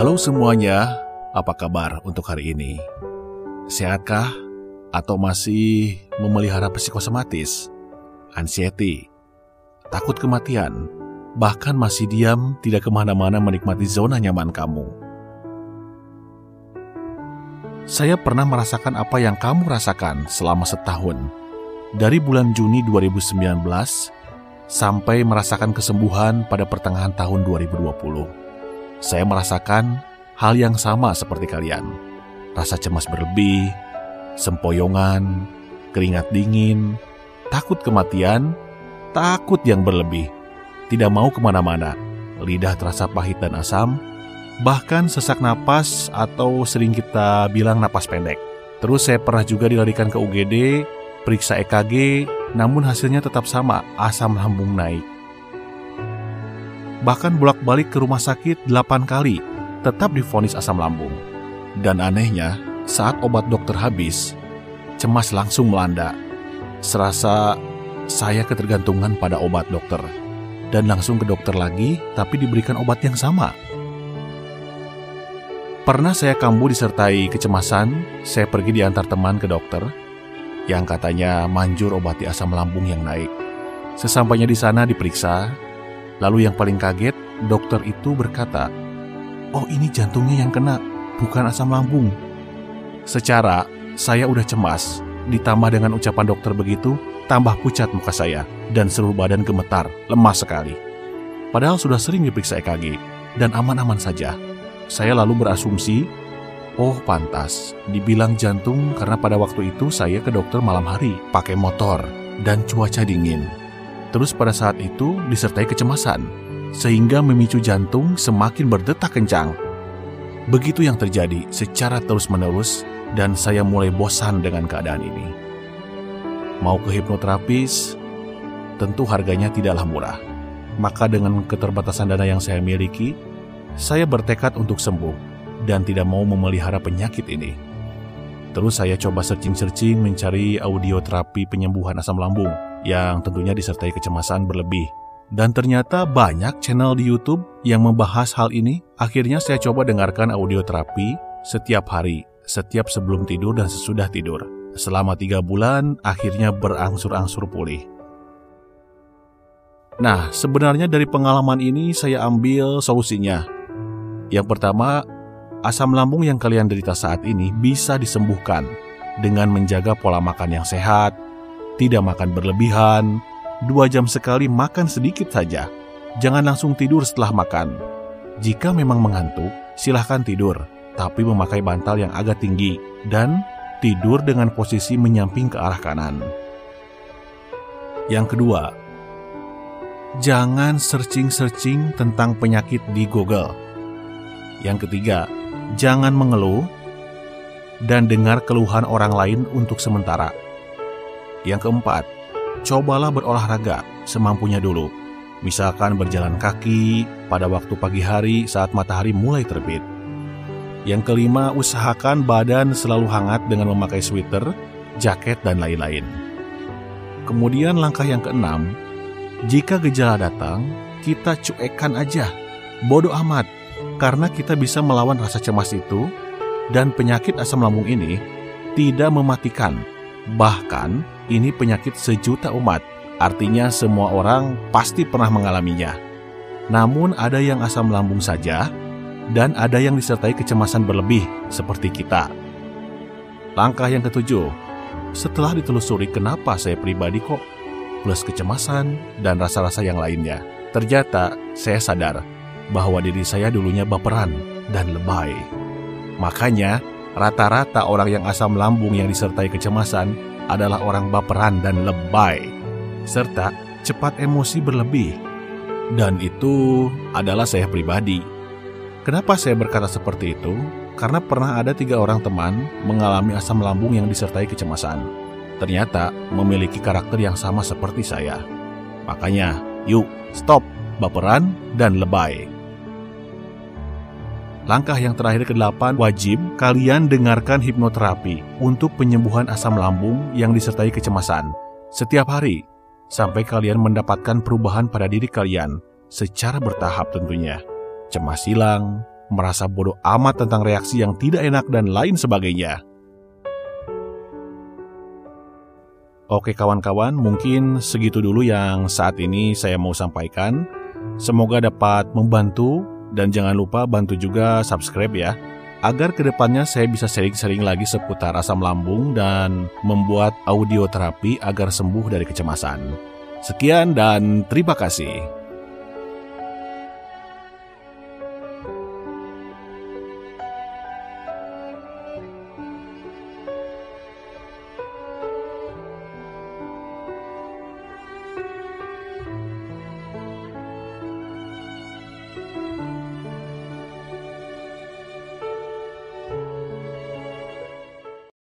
Halo semuanya, apa kabar untuk hari ini? Sehatkah? Atau masih memelihara psikosomatis, anxiety, takut kematian, bahkan masih diam tidak kemana-mana menikmati zona nyaman kamu? Saya pernah merasakan apa yang kamu rasakan selama setahun, dari bulan Juni 2019 sampai merasakan kesembuhan pada pertengahan tahun 2020. Saya merasakan hal yang sama seperti kalian. Rasa cemas berlebih, sempoyongan, keringat dingin, takut kematian, takut yang berlebih, tidak mau kemana-mana, lidah terasa pahit dan asam, bahkan sesak napas atau sering kita bilang napas pendek. Terus saya pernah juga dilarikan ke UGD, periksa EKG, namun hasilnya tetap sama, asam lambung naik. Bahkan bolak-balik ke rumah sakit 8 kali, tetap divonis asam lambung. Dan anehnya, saat obat dokter habis, cemas langsung melanda. Serasa saya ketergantungan pada obat dokter. Dan langsung ke dokter lagi, tapi diberikan obat yang sama. Pernah saya kambuh disertai kecemasan, saya pergi diantar teman ke dokter, yang katanya manjur obati asam lambung yang naik. Sesampainya di sana diperiksa, lalu yang paling kaget, dokter itu berkata, "Oh, ini jantungnya yang kena, bukan asam lambung." Secara saya udah cemas, ditambah dengan ucapan dokter begitu, tambah pucat muka saya, dan seluruh badan gemetar, lemas sekali. Padahal sudah sering diperiksa EKG, dan aman-aman saja. Saya lalu berasumsi, oh pantas, dibilang jantung karena pada waktu itu saya ke dokter malam hari, pakai motor, dan cuaca dingin. Terus pada saat itu disertai kecemasan, sehingga memicu jantung semakin berdetak kencang. Begitu yang terjadi secara terus-menerus, dan saya mulai bosan dengan keadaan ini. Mau ke hipnoterapis, tentu harganya tidaklah murah. Maka dengan keterbatasan dana yang saya miliki, saya bertekad untuk sembuh dan tidak mau memelihara penyakit ini. Terus saya coba searching-searching mencari audioterapi penyembuhan asam lambung yang tentunya disertai kecemasan berlebih. Dan ternyata banyak channel di YouTube yang membahas hal ini. Akhirnya saya coba dengarkan audioterapi setiap hari, setiap sebelum tidur dan sesudah tidur. Selama 3 bulan, akhirnya berangsur-angsur pulih. Nah, sebenarnya dari pengalaman ini saya ambil solusinya. Yang pertama, asam lambung yang kalian derita saat ini bisa disembuhkan dengan menjaga pola makan yang sehat, tidak makan berlebihan, 2 jam sekali makan sedikit saja. Jangan langsung tidur setelah makan. Jika memang mengantuk, silahkan tidur, tapi memakai bantal yang agak tinggi dan tidur dengan posisi menyamping ke arah kanan. Yang kedua, jangan searching-searching tentang penyakit di Google. Yang ketiga, jangan mengeluh dan dengar keluhan orang lain untuk sementara. Yang keempat, cobalah berolahraga semampunya dulu. Misalkan berjalan kaki pada waktu pagi hari saat matahari mulai terbit. Yang kelima, usahakan badan selalu hangat dengan memakai sweater, jaket, dan lain-lain. Kemudian langkah yang keenam, jika gejala datang, kita cuekkan aja. Bodoh amat, karena kita bisa melawan rasa cemas itu, dan penyakit asam lambung ini tidak mematikan. Bahkan, ini penyakit sejuta umat, artinya semua orang pasti pernah mengalaminya. Namun ada yang asam lambung saja, dan ada yang disertai kecemasan berlebih, seperti kita. Langkah yang ketujuh, setelah ditelusuri kenapa saya pribadi kok, plus kecemasan dan rasa-rasa yang lainnya, ternyata saya sadar bahwa diri saya dulunya baperan dan lebay. Makanya, rata-rata orang yang asam lambung yang disertai kecemasan adalah orang baperan dan lebay, serta cepat emosi berlebih. Dan itu adalah saya pribadi. Kenapa saya berkata seperti itu? Karena pernah ada 3 orang teman mengalami asam lambung yang disertai kecemasan. Ternyata memiliki karakter yang sama seperti saya. Makanya, yuk stop baperan dan lebay. Langkah yang terakhir ke-8, wajib kalian dengarkan hipnoterapi untuk penyembuhan asam lambung yang disertai kecemasan setiap hari, sampai kalian mendapatkan perubahan pada diri kalian secara bertahap tentunya. Cemas hilang, merasa bodoh amat tentang reaksi yang tidak enak dan lain sebagainya. Oke kawan-kawan, mungkin segitu dulu yang saat ini saya mau sampaikan. Semoga dapat membantu dan jangan lupa bantu juga subscribe ya, agar kedepannya saya bisa sering-sering lagi seputar asam lambung dan membuat audio terapi agar sembuh dari kecemasan. Sekian dan terima kasih.